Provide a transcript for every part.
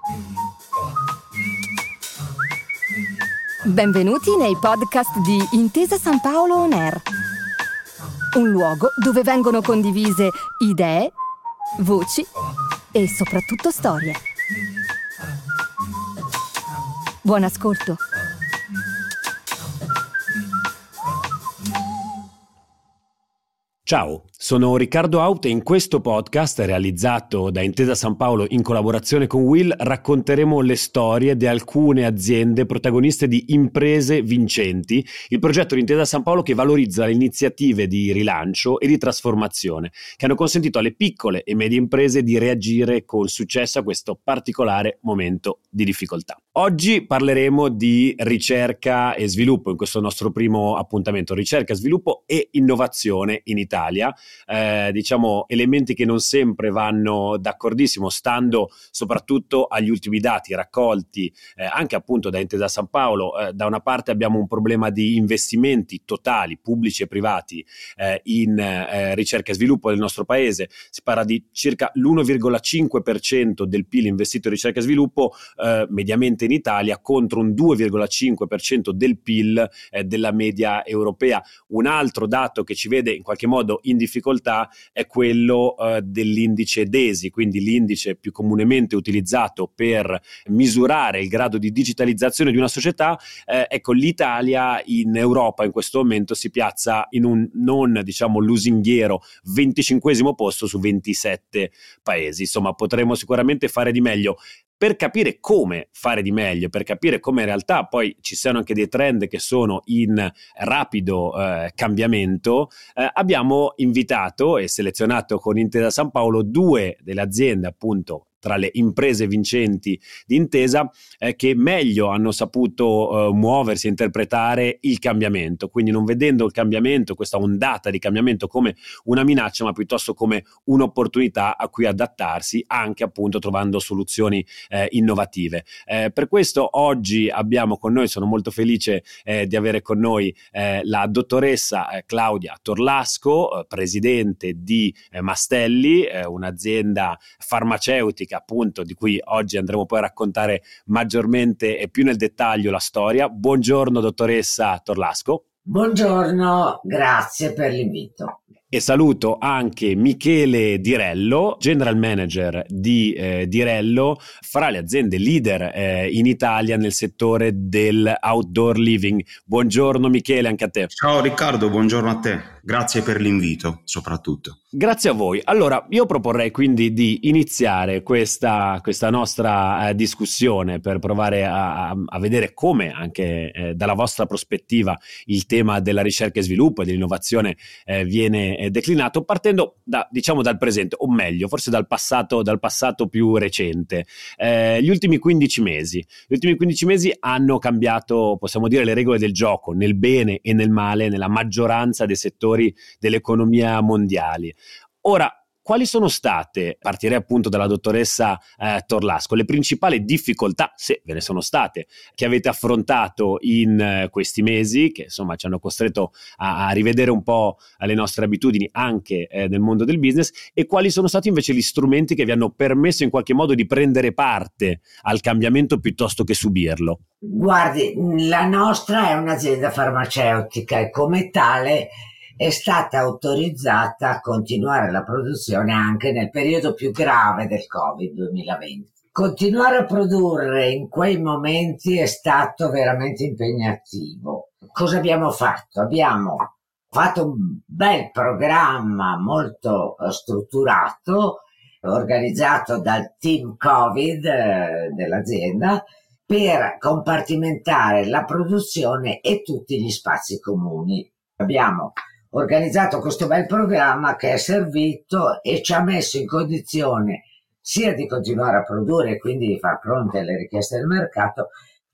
Benvenuti nei podcast di Intesa Sanpaolo On Air, un luogo dove vengono condivise idee, voci e soprattutto storie. Buon ascolto. Ciao, sono Riccardo Aut e in questo podcast, realizzato da Intesa Sanpaolo in collaborazione con Will, racconteremo le storie di alcune aziende protagoniste di Imprese Vincenti, il progetto di Intesa Sanpaolo che valorizza le iniziative di rilancio e di trasformazione che hanno consentito alle piccole e medie imprese di reagire con successo a questo particolare momento di difficoltà. Oggi parleremo di ricerca e sviluppo in questo nostro primo appuntamento, ricerca, sviluppo e innovazione in Italia, diciamo elementi che non sempre vanno d'accordissimo, stando soprattutto agli ultimi dati raccolti anche appunto da Intesa Sanpaolo. Da una parte abbiamo un problema di investimenti totali, pubblici e privati, in ricerca e sviluppo del nostro paese. Si parla di circa l'1,5% del PIL investito in ricerca e sviluppo mediamente in Italia, contro un 2,5% del PIL della media europea. Un altro dato che ci vede in qualche modo in difficoltà è quello dell'indice DESI, quindi l'indice più comunemente utilizzato per misurare il grado di digitalizzazione di una società. Ecco, l'Italia in Europa in questo momento si piazza in un non, diciamo, lusinghiero 25° posto su 27 paesi. Insomma, potremo sicuramente fare di meglio. Per capire come fare di meglio, per capire come in realtà poi ci siano anche dei trend che sono in rapido cambiamento, abbiamo invitato e selezionato con Intesa Sanpaolo due delle aziende, appunto, tra le imprese vincenti di Intesa, che meglio hanno saputo muoversi e interpretare il cambiamento, quindi non vedendo il cambiamento, questa ondata di cambiamento, come una minaccia, ma piuttosto come un'opportunità a cui adattarsi, anche appunto trovando soluzioni innovative. Per questo oggi abbiamo con noi, sono molto felice di avere con noi la dottoressa Claudia Torlasco, presidente di Mastelli, un'azienda farmaceutica appunto di cui oggi andremo poi a raccontare maggiormente e più nel dettaglio la storia. Buongiorno dottoressa Torlasco. Buongiorno, grazie per l'invito. E saluto anche Michele Dirello, general manager di Dirello, fra le aziende leader in Italia nel settore del outdoor living. Buongiorno Michele, anche a te. Ciao Riccardo, buongiorno a te. Grazie per l'invito, soprattutto. Grazie a voi. Allora, io proporrei quindi di iniziare questa nostra discussione per provare a vedere come anche dalla vostra prospettiva il tema della ricerca e sviluppo e dell'innovazione viene declinato, partendo dal presente, o meglio, forse dal passato più recente. Gli ultimi 15 mesi. Gli ultimi 15 mesi hanno cambiato, possiamo dire, le regole del gioco, nel bene e nel male, nella maggioranza dei settori dell'economia mondiali. Ora, quali sono state, partirei appunto dalla dottoressa Torlasco, le principali difficoltà, se ve ne sono state, che avete affrontato in questi mesi, che insomma ci hanno costretto a rivedere un po' le nostre abitudini anche nel mondo del business, e quali sono stati invece gli strumenti che vi hanno permesso in qualche modo di prendere parte al cambiamento piuttosto che subirlo? Guardi, la nostra è un'azienda farmaceutica e come tale è stata autorizzata a continuare la produzione anche nel periodo più grave del Covid 2020. Continuare a produrre in quei momenti è stato veramente impegnativo. Cosa abbiamo fatto? Abbiamo fatto un bel programma molto strutturato, organizzato dal team Covid dell'azienda, per compartimentare la produzione e tutti gli spazi comuni. Abbiamo organizzato questo bel programma che è servito e ci ha messo in condizione sia di continuare a produrre e quindi di far fronte alle richieste del mercato,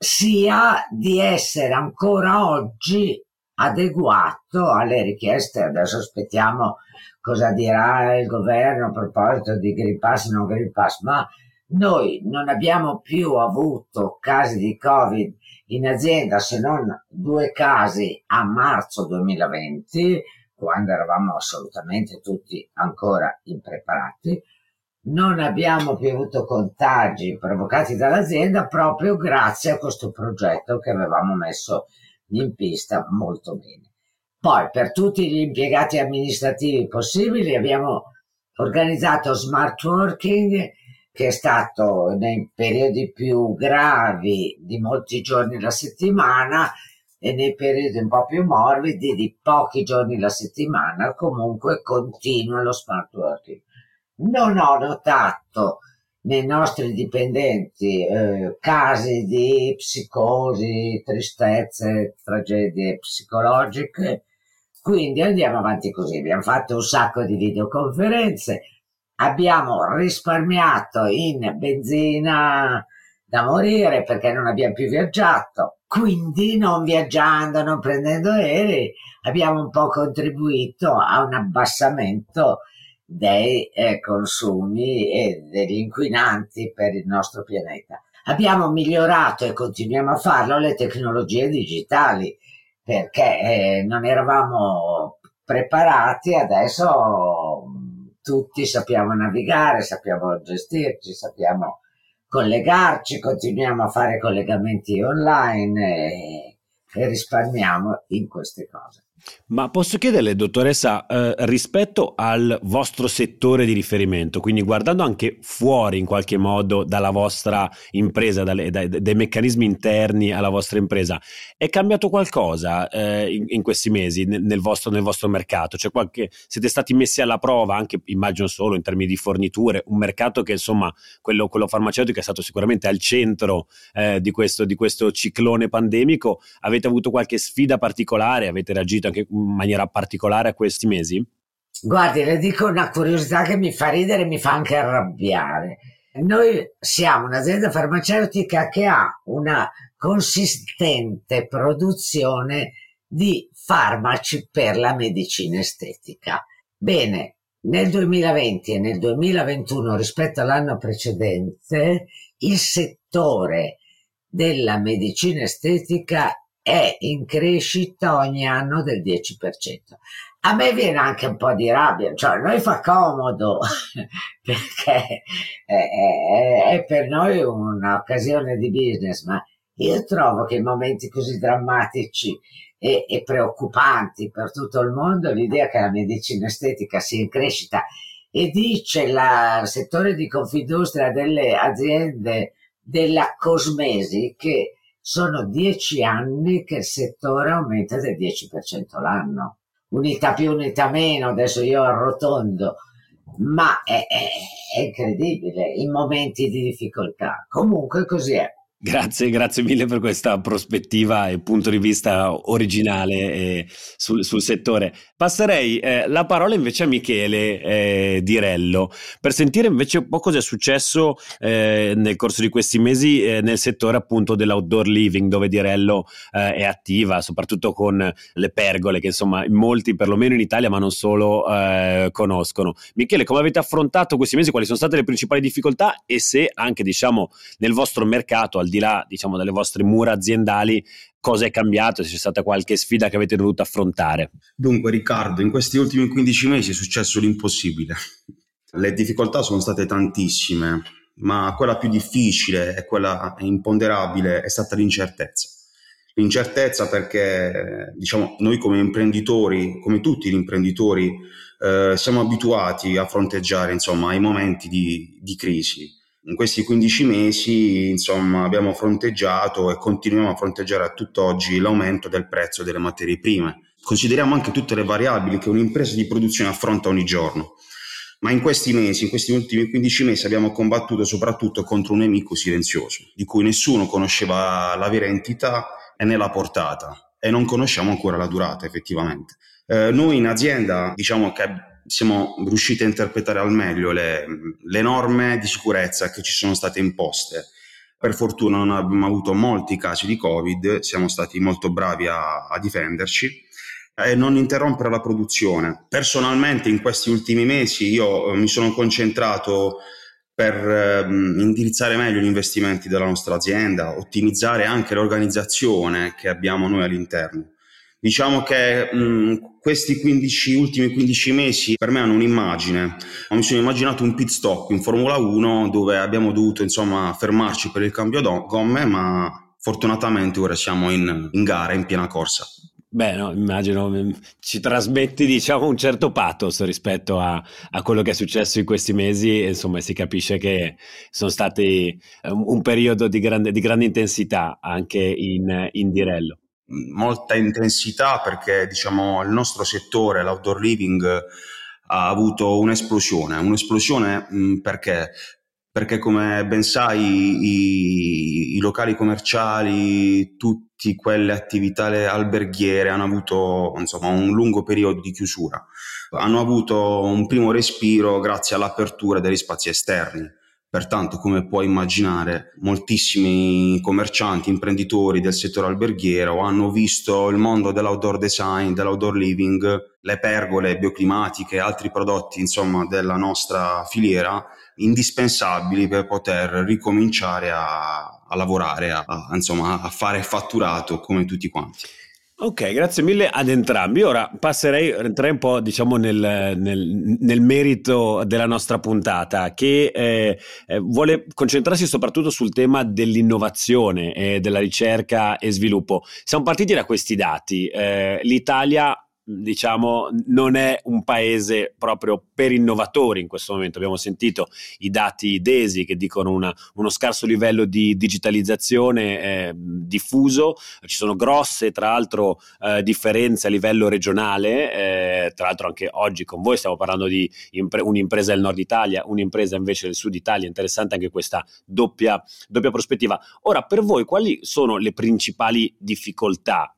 sia di essere ancora oggi adeguato alle richieste. Adesso aspettiamo cosa dirà il governo a proposito di Green Pass e non Green Pass, ma noi non abbiamo più avuto casi di Covid in azienda, se non 2 casi a marzo 2020, quando eravamo assolutamente tutti ancora impreparati. non abbiamo più avuto contagi provocati dall'azienda proprio grazie a questo progetto che avevamo messo in pista molto bene. Poi per tutti gli impiegati amministrativi possibili abbiamo organizzato smart working, che è stato nei periodi più gravi di molti giorni la settimana e nei periodi un po' più morbidi di pochi giorni la settimana. Comunque continua lo smart working. Non ho notato nei nostri dipendenti casi di psicosi, tristezze, tragedie psicologiche, quindi andiamo avanti così. Abbiamo fatto un sacco di videoconferenze, abbiamo risparmiato in benzina da morire perché non abbiamo più viaggiato, quindi non viaggiando, non prendendo aerei, abbiamo un po' contribuito a un abbassamento dei consumi e degli inquinanti per il nostro pianeta. Abbiamo migliorato e continuiamo a farlo le tecnologie digitali perché non eravamo preparati. Adesso tutti sappiamo navigare, sappiamo gestirci, sappiamo collegarci, continuiamo a fare collegamenti online e risparmiamo in queste cose. Ma posso chiederle, dottoressa, rispetto al vostro settore di riferimento, quindi guardando anche fuori in qualche modo dalla vostra impresa, dai meccanismi interni alla vostra impresa, è cambiato qualcosa in questi mesi nel vostro mercato? Siete stati messi alla prova anche, immagino solo in termini di forniture, un mercato che insomma, quello farmaceutico è stato sicuramente al centro di questo ciclone pandemico. Avete avuto qualche sfida particolare? Avete reagito anche in maniera particolare a questi mesi? Guardi, le dico una curiosità che mi fa ridere e mi fa anche arrabbiare. Noi siamo un'azienda farmaceutica che ha una consistente produzione di farmaci per la medicina estetica. Bene, nel 2020 e nel 2021 rispetto all'anno precedente il settore della medicina estetica è in crescita ogni anno del 10%. A me viene anche un po' di rabbia, cioè a noi fa comodo perché è per noi un'occasione di business, ma io trovo che in momenti così drammatici e preoccupanti per tutto il mondo, l'idea che la medicina estetica sia in crescita, e dice il settore di Confindustria delle aziende della cosmesi che sono 10 anni che il settore aumenta del 10% l'anno. Unità più, unità meno, adesso io arrotondo, ma è incredibile in momenti di difficoltà. Comunque così è. Grazie mille per questa prospettiva e punto di vista originale sul settore. Passerei la parola invece a Michele Dirello per sentire invece un po' cosa è successo nel corso di questi mesi nel settore appunto dell'outdoor living, dove Dirello è attiva, soprattutto con le pergole che insomma molti perlomeno in Italia ma non solo conoscono. Michele, come avete affrontato questi mesi? Quali sono state le principali difficoltà e se anche diciamo nel vostro mercato, al di là diciamo dalle vostre mura aziendali, cosa è cambiato, se c'è stata qualche sfida che avete dovuto affrontare? Dunque Riccardo, in questi ultimi 15 mesi è successo l'impossibile. Le difficoltà sono state tantissime, ma quella più difficile e quella imponderabile è stata l'incertezza. L'incertezza perché diciamo noi come imprenditori, come tutti gli imprenditori, siamo abituati a fronteggiare insomma i momenti di crisi. In questi 15 mesi insomma abbiamo fronteggiato e continuiamo a fronteggiare a tutt'oggi l'aumento del prezzo delle materie prime. Consideriamo anche tutte le variabili che un'impresa di produzione affronta ogni giorno. Ma in questi ultimi 15 mesi abbiamo combattuto soprattutto contro un nemico silenzioso, di cui nessuno conosceva la vera entità e né la portata, e non conosciamo ancora la durata effettivamente. Noi in azienda diciamo che siamo riusciti a interpretare al meglio le norme di sicurezza che ci sono state imposte. Per fortuna non abbiamo avuto molti casi di Covid, siamo stati molto bravi a difenderci e non interrompere la produzione. Personalmente in questi ultimi mesi io mi sono concentrato per indirizzare meglio gli investimenti della nostra azienda, ottimizzare anche l'organizzazione che abbiamo noi all'interno. Diciamo che questi ultimi 15 mesi per me hanno un'immagine. Mi sono immaginato un pit stop in Formula 1 dove abbiamo dovuto insomma fermarci per il cambio gomme, ma fortunatamente ora siamo in gara, in piena corsa. Beh, no, immagino ci trasmetti, diciamo, un certo pathos rispetto a quello che è successo in questi mesi, e insomma si capisce che sono stati un periodo di grande intensità anche in Dirello. Molta intensità perché diciamo il nostro settore, l'outdoor living, ha avuto un'esplosione perché come ben sai i locali commerciali, tutte quelle attività alberghiere hanno avuto insomma un lungo periodo di chiusura, hanno avuto un primo respiro grazie all'apertura degli spazi esterni. Pertanto, come puoi immaginare, moltissimi commercianti, imprenditori del settore alberghiero hanno visto il mondo dell'outdoor design, dell'outdoor living, le pergole bioclimatiche e altri prodotti, insomma, della nostra filiera indispensabili per poter ricominciare a lavorare, insomma, a fare fatturato come tutti quanti. Ok, grazie mille ad entrambi. Ora entrerei un po', diciamo, nel merito della nostra puntata, che vuole concentrarsi soprattutto sul tema dell'innovazione e della ricerca e sviluppo. Siamo partiti da questi dati. L'Italia, diciamo, non è un paese proprio per innovatori in questo momento. Abbiamo sentito i dati DESI che dicono uno scarso livello di digitalizzazione diffuso. Ci sono grosse, tra l'altro, differenze a livello regionale. Tra l'altro anche oggi con voi stiamo parlando di un'impresa del nord Italia, un'impresa invece del sud Italia. Interessante anche questa doppia prospettiva. Ora, per voi quali sono le principali difficoltà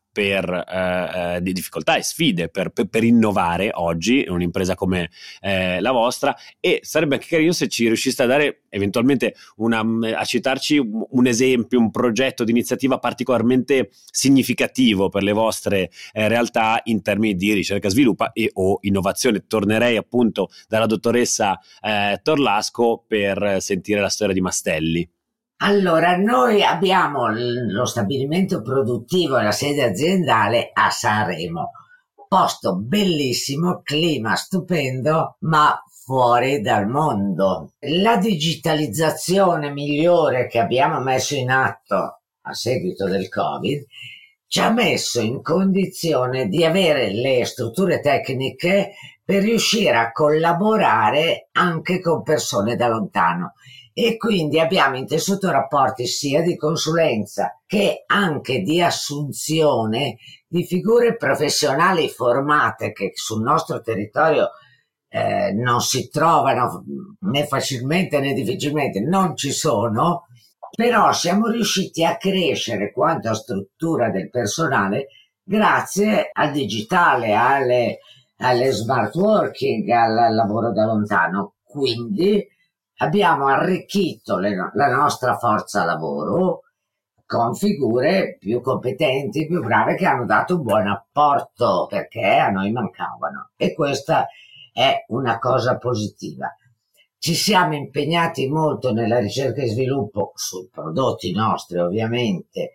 di difficoltà e sfide per innovare oggi un'impresa come la vostra? E sarebbe anche carino se ci riusciste a dare eventualmente a citarci un esempio, un progetto di iniziativa particolarmente significativo per le vostre realtà in termini di ricerca, sviluppo e o innovazione. Tornerei appunto dalla dottoressa Torlasco per sentire la storia di Mastelli. Allora, noi abbiamo lo stabilimento produttivo e la sede aziendale a Sanremo, posto bellissimo, clima stupendo, ma fuori dal mondo. La digitalizzazione migliore che abbiamo messo in atto a seguito del Covid ci ha messo in condizione di avere le strutture tecniche per riuscire a collaborare anche con persone da lontano. E quindi abbiamo intessuto rapporti sia di consulenza che anche di assunzione di figure professionali formate che sul nostro territorio non si trovano né facilmente né difficilmente, non ci sono, però siamo riusciti a crescere quanto a struttura del personale grazie al digitale, alle smart working, al lavoro da lontano. Quindi abbiamo arricchito la nostra forza lavoro con figure più competenti, più brave, che hanno dato un buon apporto perché a noi mancavano, e questa è una cosa positiva. Ci siamo impegnati molto nella ricerca e sviluppo sui prodotti nostri, ovviamente,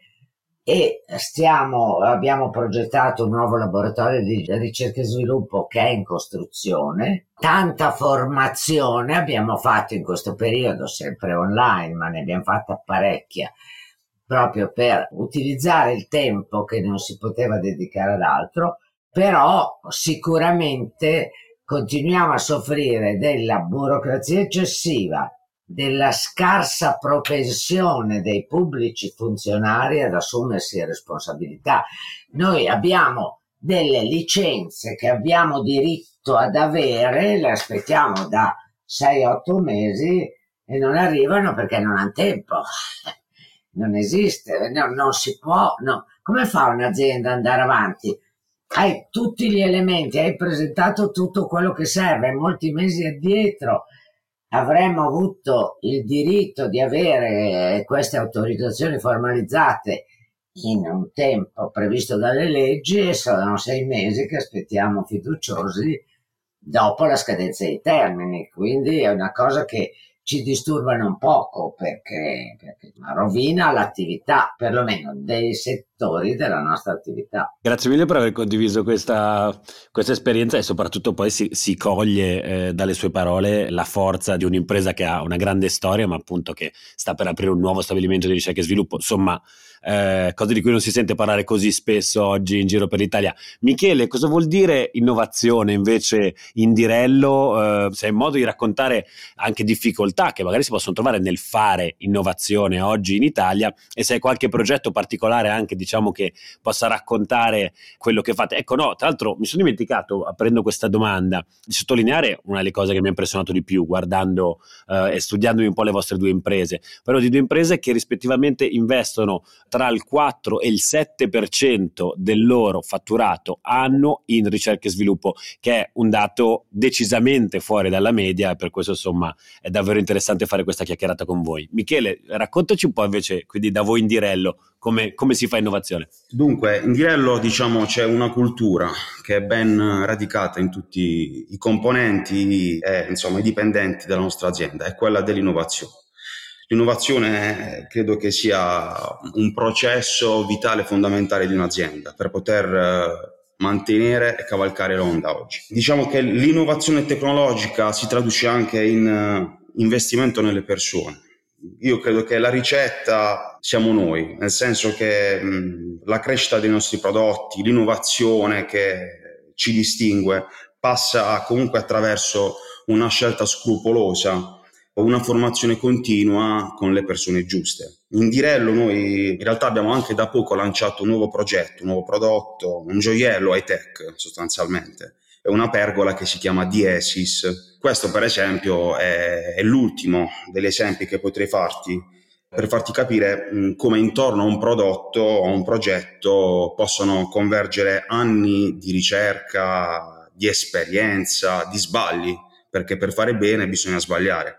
e abbiamo progettato un nuovo laboratorio di ricerca e sviluppo che è in costruzione. Tanta formazione abbiamo fatto in questo periodo, sempre online, ma ne abbiamo fatta parecchia, proprio per utilizzare il tempo che non si poteva dedicare ad altro, però sicuramente continuiamo a soffrire della burocrazia eccessiva, della scarsa propensione dei pubblici funzionari ad assumersi responsabilità. Noi abbiamo delle licenze che abbiamo diritto ad avere, le aspettiamo da 6-8 mesi e non arrivano perché non hanno tempo. Non esiste, non si può, no. Come fa un'azienda ad andare avanti? Hai tutti gli elementi, hai presentato tutto quello che serve, molti mesi addietro avremmo avuto il diritto di avere queste autorizzazioni formalizzate in un tempo previsto dalle leggi, e sono 6 mesi che aspettiamo fiduciosi dopo la scadenza dei termini. Quindi è una cosa che ci disturba un poco perché rovina l'attività perlomeno settori della nostra attività. Grazie mille per aver condiviso questa esperienza e soprattutto poi si coglie dalle sue parole la forza di un'impresa che ha una grande storia, ma appunto che sta per aprire un nuovo stabilimento di ricerca e sviluppo, insomma cose di cui non si sente parlare così spesso oggi in giro per l'Italia. Michele, cosa vuol dire innovazione invece in Dirello? Se hai modo di raccontare anche difficoltà che magari si possono trovare nel fare innovazione oggi in Italia, e se hai qualche progetto particolare anche, diciamo, che possa raccontare quello che fate. Ecco, no, tra l'altro mi sono dimenticato, aprendo questa domanda, di sottolineare una delle cose che mi ha impressionato di più guardando e studiandomi un po' le vostre due imprese. Parlo di due imprese che rispettivamente investono tra il 4 e il 7% del loro fatturato anno in ricerca e sviluppo, che è un dato decisamente fuori dalla media, e per questo insomma è davvero interessante fare questa chiacchierata con voi. Michele, raccontaci un po' invece, quindi da voi in Dirello, come si fa innovazione. Dunque, in Dirello diciamo c'è una cultura che è ben radicata in tutti i componenti e insomma i dipendenti della nostra azienda, è quella dell'innovazione. L'innovazione credo che sia un processo vitale fondamentale di un'azienda per poter mantenere e cavalcare l'onda oggi. Diciamo che l'innovazione tecnologica si traduce anche in investimento nelle persone. Io credo che la ricetta siamo noi, nel senso che la crescita dei nostri prodotti, l'innovazione che ci distingue passa comunque attraverso una scelta scrupolosa, una formazione continua con le persone giuste. In Dirello noi in realtà abbiamo anche da poco lanciato un nuovo progetto, un nuovo prodotto, un gioiello high-tech sostanzialmente. È una pergola che si chiama Diesis. Questo per esempio è l'ultimo degli esempi che potrei farti per farti capire come intorno a un prodotto o a un progetto possono convergere anni di ricerca, di esperienza, di sbagli, perché per fare bene bisogna sbagliare.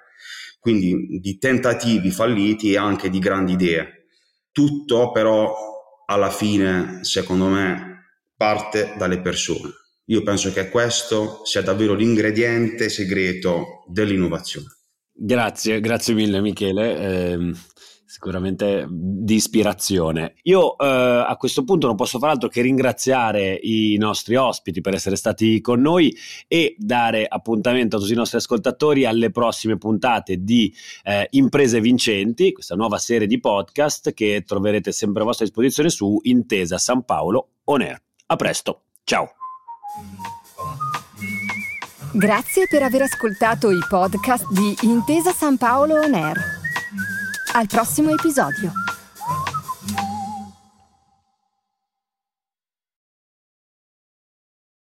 Quindi di tentativi falliti e anche di grandi idee. Tutto però alla fine, secondo me, parte dalle persone. Io penso che questo sia davvero l'ingrediente segreto dell'innovazione. Grazie mille Michele, sicuramente di ispirazione. Io a questo punto non posso far altro che ringraziare i nostri ospiti per essere stati con noi e dare appuntamento a tutti i nostri ascoltatori alle prossime puntate di Imprese Vincenti, questa nuova serie di podcast che troverete sempre a vostra disposizione su Intesa San Paolo On Air. A presto, ciao! Grazie per aver ascoltato i podcast di Intesa San Paolo On Air. Al prossimo episodio.